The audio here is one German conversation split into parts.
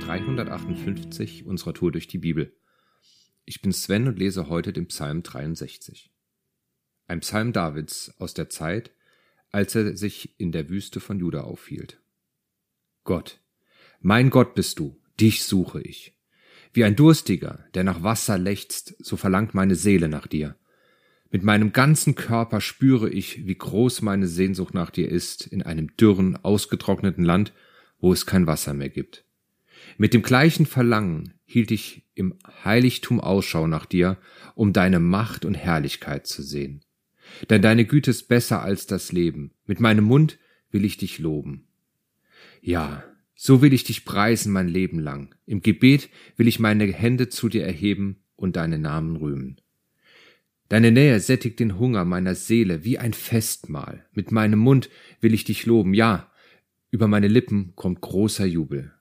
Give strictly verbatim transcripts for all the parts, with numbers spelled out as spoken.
dreihundertachtundfünfzig unserer Tour durch die Bibel. Ich bin Sven und lese heute den Psalm dreiundsechzig. Ein Psalm Davids aus der Zeit, als er sich in der Wüste von Juda aufhielt. Gott, mein Gott bist du, dich suche ich. Wie ein Durstiger, der nach Wasser lechzt, so verlangt meine Seele nach dir. Mit meinem ganzen Körper spüre ich, wie groß meine Sehnsucht nach dir ist, in einem dürren, ausgetrockneten Land, wo es kein Wasser mehr gibt. Mit dem gleichen Verlangen hielt ich im Heiligtum Ausschau nach dir, um deine Macht und Herrlichkeit zu sehen. Denn deine Güte ist besser als das Leben. Mit meinem Mund will ich dich loben. Ja, so will ich dich preisen mein Leben lang. Im Gebet will ich meine Hände zu dir erheben und deinen Namen rühmen. Deine Nähe sättigt den Hunger meiner Seele wie ein Festmahl. Mit meinem Mund will ich dich loben. Ja, über meine Lippen kommt großer Jubel.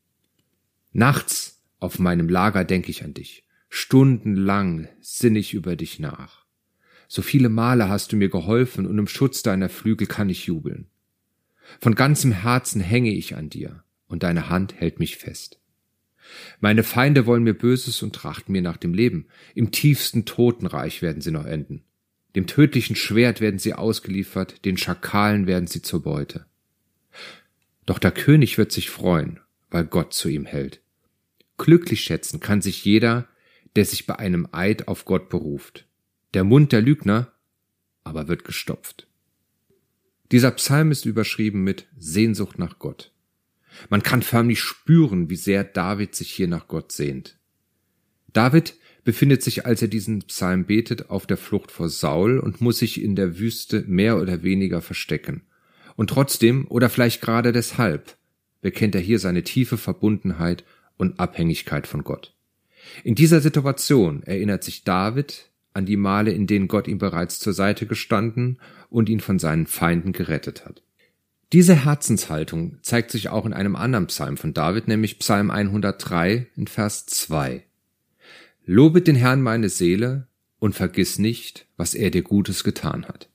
Nachts auf meinem Lager denke ich an dich. Stundenlang sinne ich über dich nach. So viele Male hast du mir geholfen und im Schutz deiner Flügel kann ich jubeln. Von ganzem Herzen hänge ich an dir und deine Hand hält mich fest. Meine Feinde wollen mir Böses und trachten mir nach dem Leben. Im tiefsten Totenreich werden sie noch enden. Dem tödlichen Schwert werden sie ausgeliefert, den Schakalen werden sie zur Beute. Doch der König wird sich freuen, weil Gott zu ihm hält. Glücklich schätzen kann sich jeder, der sich bei einem Eid auf Gott beruft. Der Mund der Lügner aber wird gestopft. Dieser Psalm ist überschrieben mit Sehnsucht nach Gott. Man kann förmlich spüren, wie sehr David sich hier nach Gott sehnt. David befindet sich, als er diesen Psalm betet, auf der Flucht vor Saul und muss sich in der Wüste mehr oder weniger verstecken. Und trotzdem, oder vielleicht gerade deshalb, bekennt er hier seine tiefe Verbundenheit und Abhängigkeit von Gott. In dieser Situation erinnert sich David an die Male, in denen Gott ihm bereits zur Seite gestanden und ihn von seinen Feinden gerettet hat. Diese Herzenshaltung zeigt sich auch in einem anderen Psalm von David, nämlich Psalm hundertdrei in Vers zwei. Lobet den Herrn meine Seele und vergiss nicht, was er dir Gutes getan hat.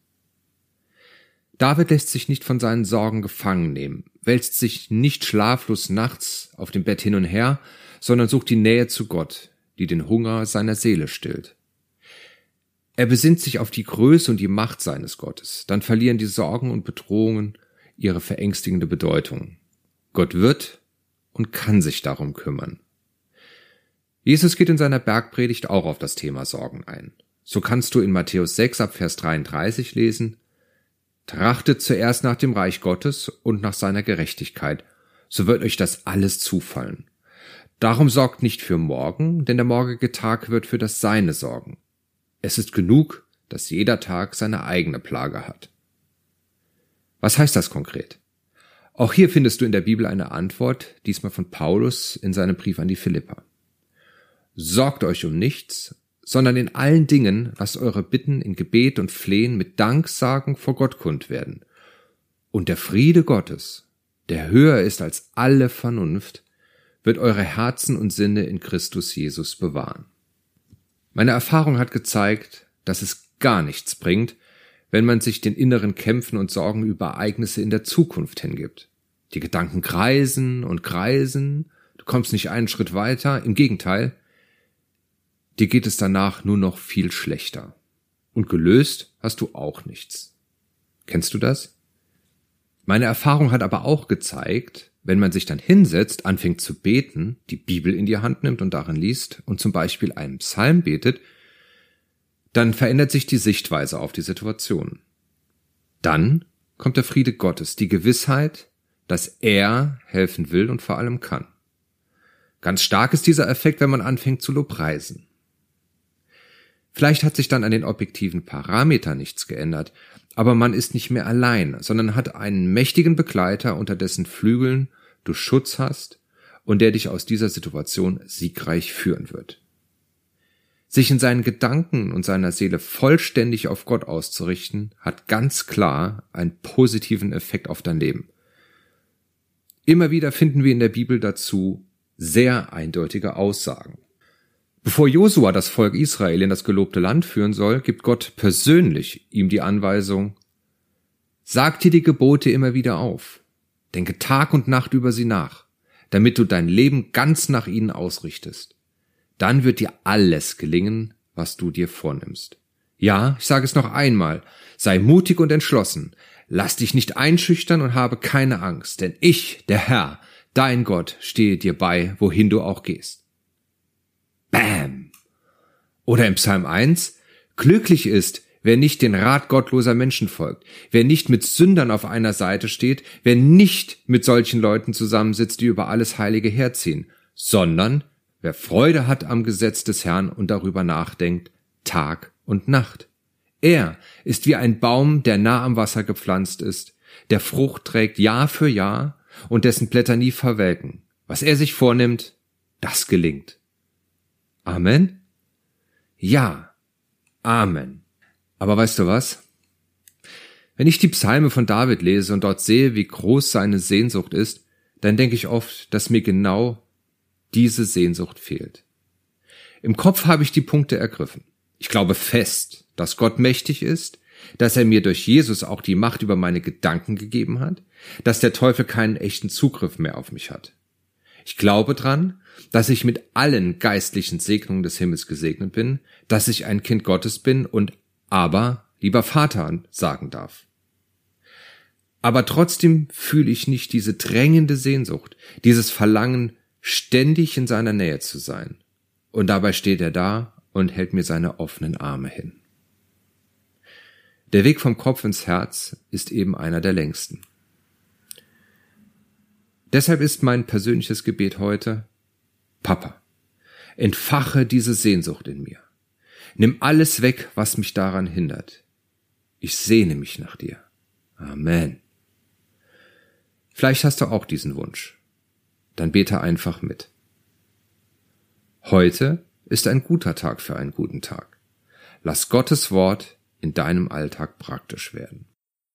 David lässt sich nicht von seinen Sorgen gefangen nehmen, wälzt sich nicht schlaflos nachts auf dem Bett hin und her, sondern sucht die Nähe zu Gott, die den Hunger seiner Seele stillt. Er besinnt sich auf die Größe und die Macht seines Gottes, dann verlieren die Sorgen und Bedrohungen ihre verängstigende Bedeutung. Gott wird und kann sich darum kümmern. Jesus geht in seiner Bergpredigt auch auf das Thema Sorgen ein. So kannst du in Matthäus sechs ab Vers dreiunddreißig lesen: Trachtet zuerst nach dem Reich Gottes und nach seiner Gerechtigkeit, so wird euch das alles zufallen. Darum sorgt nicht für morgen, denn der morgige Tag wird für das Seine sorgen. Es ist genug, dass jeder Tag seine eigene Plage hat. Was heißt das konkret? Auch hier findest du in der Bibel eine Antwort, diesmal von Paulus in seinem Brief an die Philipper. Sorgt euch um nichts, sondern in allen Dingen lasst eure Bitten in Gebet und Flehen mit Danksagen vor Gott kund werden. Und der Friede Gottes, der höher ist als alle Vernunft, wird eure Herzen und Sinne in Christus Jesus bewahren. Meine Erfahrung hat gezeigt, dass es gar nichts bringt, wenn man sich den inneren Kämpfen und Sorgen über Ereignisse in der Zukunft hingibt. Die Gedanken kreisen und kreisen, du kommst nicht einen Schritt weiter, im Gegenteil, dir geht es danach nur noch viel schlechter. Und gelöst hast du auch nichts. Kennst du das? Meine Erfahrung hat aber auch gezeigt, wenn man sich dann hinsetzt, anfängt zu beten, die Bibel in die Hand nimmt und darin liest und zum Beispiel einen Psalm betet, dann verändert sich die Sichtweise auf die Situation. Dann kommt der Friede Gottes, die Gewissheit, dass er helfen will und vor allem kann. Ganz stark ist dieser Effekt, wenn man anfängt zu lobpreisen. Vielleicht hat sich dann an den objektiven Parametern nichts geändert, aber man ist nicht mehr allein, sondern hat einen mächtigen Begleiter, unter dessen Flügeln du Schutz hast und der dich aus dieser Situation siegreich führen wird. Sich in seinen Gedanken und seiner Seele vollständig auf Gott auszurichten, hat ganz klar einen positiven Effekt auf dein Leben. Immer wieder finden wir in der Bibel dazu sehr eindeutige Aussagen. Bevor Josua das Volk Israel in das gelobte Land führen soll, gibt Gott persönlich ihm die Anweisung: Sag dir die Gebote immer wieder auf, denke Tag und Nacht über sie nach, damit du dein Leben ganz nach ihnen ausrichtest. Dann wird dir alles gelingen, was du dir vornimmst. Ja, ich sage es noch einmal, sei mutig und entschlossen, lass dich nicht einschüchtern und habe keine Angst, denn ich, der Herr, dein Gott, stehe dir bei, wohin du auch gehst. Bam! Oder im Psalm eins, glücklich ist, wer nicht den Rat gottloser Menschen folgt, wer nicht mit Sündern auf einer Seite steht, wer nicht mit solchen Leuten zusammensitzt, die über alles Heilige herziehen, sondern wer Freude hat am Gesetz des Herrn und darüber nachdenkt, Tag und Nacht. Er ist wie ein Baum, der nah am Wasser gepflanzt ist, der Frucht trägt Jahr für Jahr und dessen Blätter nie verwelken. Was er sich vornimmt, das gelingt. Amen? Ja, Amen. Aber weißt du was? Wenn ich die Psalme von David lese und dort sehe, wie groß seine Sehnsucht ist, dann denke ich oft, dass mir genau diese Sehnsucht fehlt. Im Kopf habe ich die Punkte ergriffen. Ich glaube fest, dass Gott mächtig ist, dass er mir durch Jesus auch die Macht über meine Gedanken gegeben hat, dass der Teufel keinen echten Zugriff mehr auf mich hat. Ich glaube dran, dass ich mit allen geistlichen Segnungen des Himmels gesegnet bin, dass ich ein Kind Gottes bin und aber, lieber Vater, sagen darf. Aber trotzdem fühle ich nicht diese drängende Sehnsucht, dieses Verlangen, ständig in seiner Nähe zu sein. Und dabei steht er da und hält mir seine offenen Arme hin. Der Weg vom Kopf ins Herz ist eben einer der längsten. Deshalb ist mein persönliches Gebet heute: Papa, entfache diese Sehnsucht in mir. Nimm alles weg, was mich daran hindert. Ich sehne mich nach dir. Amen. Vielleicht hast du auch diesen Wunsch. Dann bete einfach mit. Heute ist ein guter Tag für einen guten Tag. Lass Gottes Wort in deinem Alltag praktisch werden.